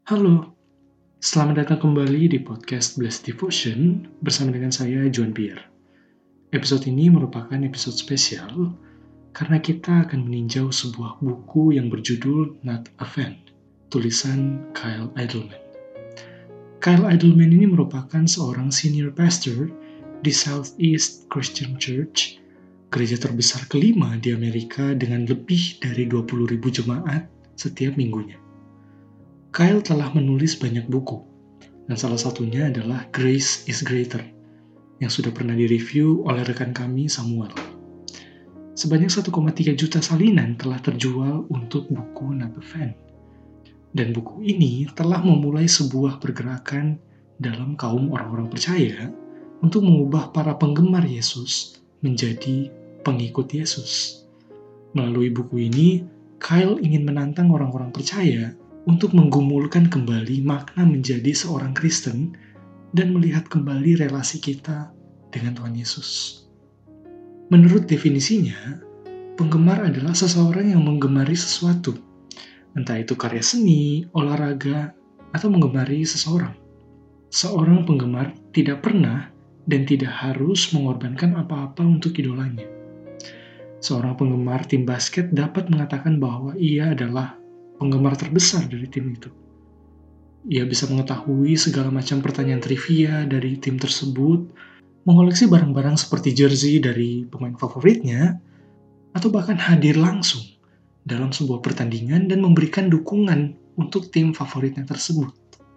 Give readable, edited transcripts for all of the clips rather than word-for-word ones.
Halo, selamat datang kembali di podcast Blessed Devotion bersama dengan saya, John Pierre. Episode ini merupakan episode spesial karena kita akan meninjau sebuah buku yang berjudul Not a Fan, tulisan Kyle Idleman. Kyle Idleman ini merupakan seorang senior pastor di Southeast Christian Church, gereja terbesar kelima di Amerika dengan lebih dari 20.000 jemaat setiap minggunya. Kyle telah menulis banyak buku, dan salah satunya adalah Grace is Greater, yang sudah pernah direview oleh rekan kami Samuel. Sebanyak 1,3 juta salinan telah terjual untuk buku Not a Fan. Dan buku ini telah memulai sebuah pergerakan dalam kaum orang-orang percaya untuk mengubah para penggemar Yesus menjadi pengikut Yesus. Melalui buku ini, Kyle ingin menantang orang-orang percaya untuk menggumulkan kembali makna menjadi seorang Kristen dan melihat kembali relasi kita dengan Tuhan Yesus. Menurut definisinya, penggemar adalah seseorang yang menggemari sesuatu, entah itu karya seni, olahraga, atau menggemari seseorang. Seorang penggemar tidak pernah dan tidak harus mengorbankan apa-apa untuk idolanya. Seorang penggemar tim basket dapat mengatakan bahwa ia adalah penggemar terbesar dari tim itu. Ia bisa mengetahui segala macam pertanyaan trivia dari tim tersebut, mengoleksi barang-barang seperti jersey dari pemain favoritnya, atau bahkan hadir langsung dalam sebuah pertandingan dan memberikan dukungan untuk tim favoritnya tersebut.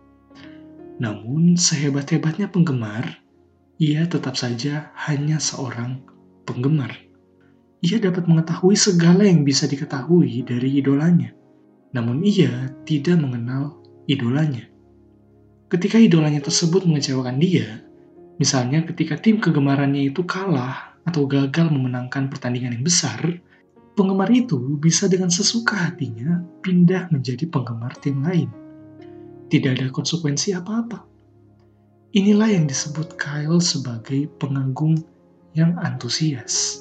Namun, sehebat-hebatnya penggemar, ia tetap saja hanya seorang penggemar. Ia dapat mengetahui segala yang bisa diketahui dari idolanya, namun ia tidak mengenal idolanya. Ketika idolanya tersebut mengecewakan dia, misalnya ketika tim kegemarannya itu kalah atau gagal memenangkan pertandingan yang besar, penggemar itu bisa dengan sesuka hatinya pindah menjadi penggemar tim lain. Tidak ada konsekuensi apa-apa. Inilah yang disebut Kyle sebagai pengagum yang antusias.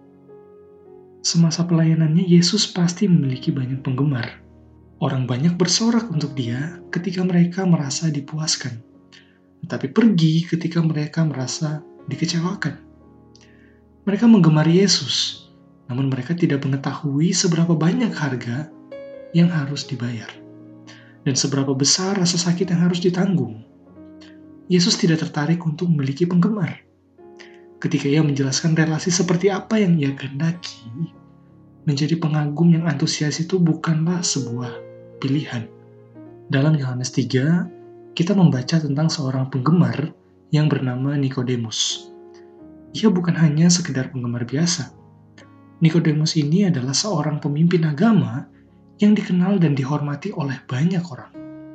Semasa pelayanannya, Yesus pasti memiliki banyak penggemar. Orang banyak bersorak untuk dia ketika mereka merasa dipuaskan, tetapi pergi ketika mereka merasa dikecewakan. Mereka menggemari Yesus, namun mereka tidak mengetahui seberapa banyak harga yang harus dibayar dan seberapa besar rasa sakit yang harus ditanggung. Yesus tidak tertarik untuk memiliki penggemar. Ketika ia menjelaskan relasi seperti apa yang ia kehendaki, menjadi pengagum yang antusias itu bukanlah sebuah pilihan. Dalam Yohanes 3, kita membaca tentang seorang penggemar yang bernama Nikodemus. Ia bukan hanya sekedar penggemar biasa. Nikodemus ini adalah seorang pemimpin agama yang dikenal dan dihormati oleh banyak orang.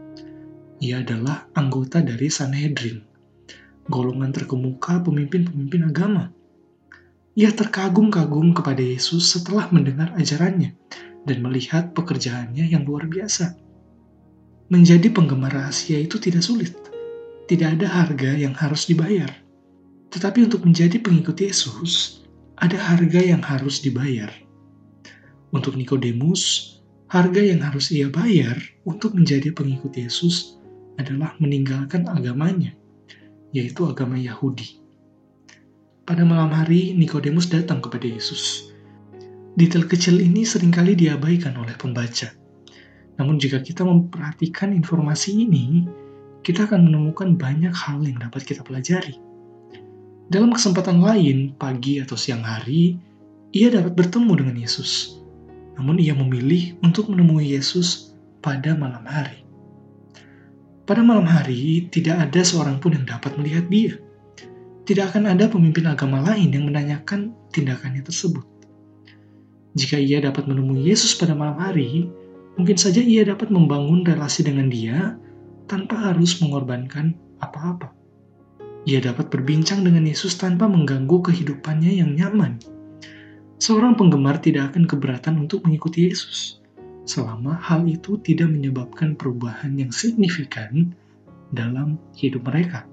Ia adalah anggota dari Sanhedrin, golongan terkemuka pemimpin-pemimpin agama. Ia terkagum-kagum kepada Yesus setelah mendengar ajarannya dan melihat pekerjaannya yang luar biasa. Menjadi penggemar rahasia itu tidak sulit. Tidak ada harga yang harus dibayar. Tetapi untuk menjadi pengikut Yesus, ada harga yang harus dibayar. Untuk Nikodemus, harga yang harus ia bayar untuk menjadi pengikut Yesus adalah meninggalkan agamanya, yaitu agama Yahudi. Pada malam hari, Nikodemus datang kepada Yesus. Detail kecil ini seringkali diabaikan oleh pembaca. Namun jika kita memperhatikan informasi ini, kita akan menemukan banyak hal yang dapat kita pelajari. Dalam kesempatan lain, pagi atau siang hari, ia dapat bertemu dengan Yesus. Namun ia memilih untuk menemui Yesus pada malam hari. Pada malam hari, tidak ada seorang pun yang dapat melihat dia. Tidak akan ada pemimpin agama lain yang menanyakan tindakannya tersebut. Jika ia dapat menemui Yesus pada malam hari, mungkin saja ia dapat membangun relasi dengan dia tanpa harus mengorbankan apa-apa. Ia dapat berbincang dengan Yesus tanpa mengganggu kehidupannya yang nyaman. Seorang penggemar tidak akan keberatan untuk mengikuti Yesus, selama hal itu tidak menyebabkan perubahan yang signifikan dalam hidup mereka.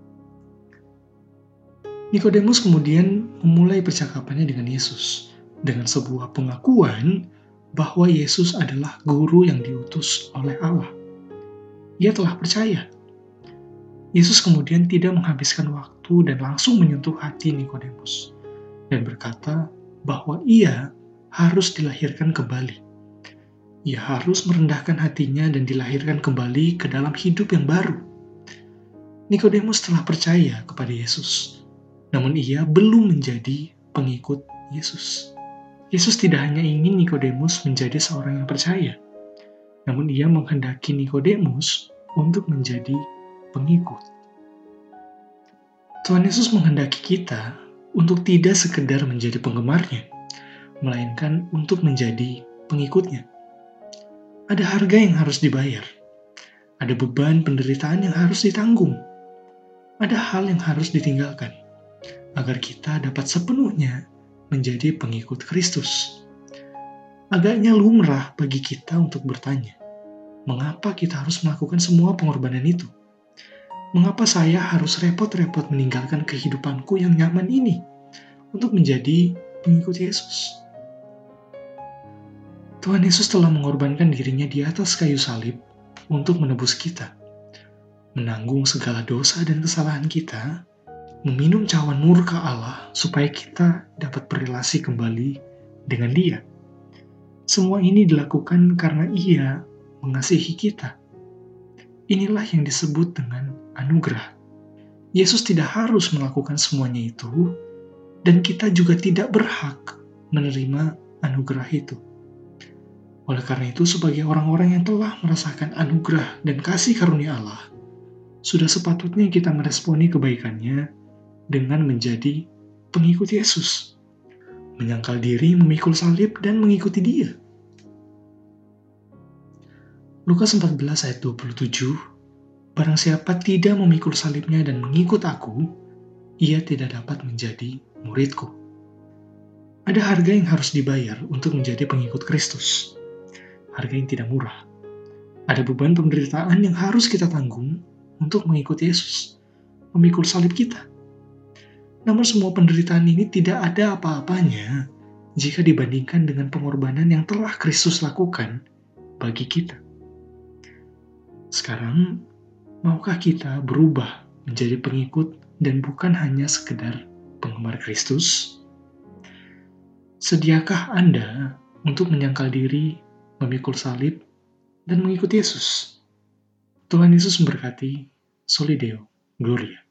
Nikodemus kemudian memulai percakapannya dengan Yesus dengan sebuah pengakuan bahwa Yesus adalah guru yang diutus oleh Allah. Ia telah percaya. Yesus kemudian tidak menghabiskan waktu dan langsung menyentuh hati Nikodemus dan berkata bahwa ia harus dilahirkan kembali. Ia harus merendahkan hatinya dan dilahirkan kembali ke dalam hidup yang baru. Nikodemus telah percaya kepada Yesus, namun ia belum menjadi pengikut Yesus. Yesus tidak hanya ingin Nikodemus menjadi seorang yang percaya, namun ia menghendaki Nikodemus untuk menjadi pengikut. Tuhan Yesus menghendaki kita untuk tidak sekedar menjadi penggemarnya, melainkan untuk menjadi pengikutnya. Ada harga yang harus dibayar, ada beban penderitaan yang harus ditanggung, ada hal yang harus ditinggalkan, agar kita dapat sepenuhnya menjadi pengikut Kristus. Agaknya lumrah bagi kita untuk bertanya, mengapa kita harus melakukan semua pengorbanan itu? Mengapa saya harus repot-repot meninggalkan kehidupanku yang nyaman ini untuk menjadi pengikut Yesus? Tuhan Yesus telah mengorbankan dirinya di atas kayu salib untuk menebus kita, menanggung segala dosa dan kesalahan kita, meminum cawan murka Allah supaya kita dapat berrelasi kembali dengan Dia. Semua ini dilakukan karena Ia mengasihi kita. Inilah yang disebut dengan anugerah. Yesus tidak harus melakukan semuanya itu, dan kita juga tidak berhak menerima anugerah itu. Oleh karena itu, sebagai orang-orang yang telah merasakan anugerah dan kasih karunia Allah, sudah sepatutnya kita meresponi kebaikannya dengan menjadi pengikut Yesus, menyangkal diri, memikul salib, dan mengikuti Dia. Lukas 14 ayat 27, barang siapa tidak memikul salibnya dan mengikut aku, ia tidak dapat menjadi muridku. Ada harga yang harus dibayar untuk menjadi pengikut Kristus. Harga yang tidak murah. Ada beban penderitaan yang harus kita tanggung untuk mengikuti Yesus, memikul salib kita. Namun semua penderitaan ini tidak ada apa-apanya jika dibandingkan dengan pengorbanan yang telah Kristus lakukan bagi kita. Sekarang, maukah kita berubah menjadi pengikut dan bukan hanya sekedar penggemar Kristus? Sediakah Anda untuk menyangkal diri, memikul salib, dan mengikuti Yesus? Tuhan Yesus memberkati. Soli Deo Gloria.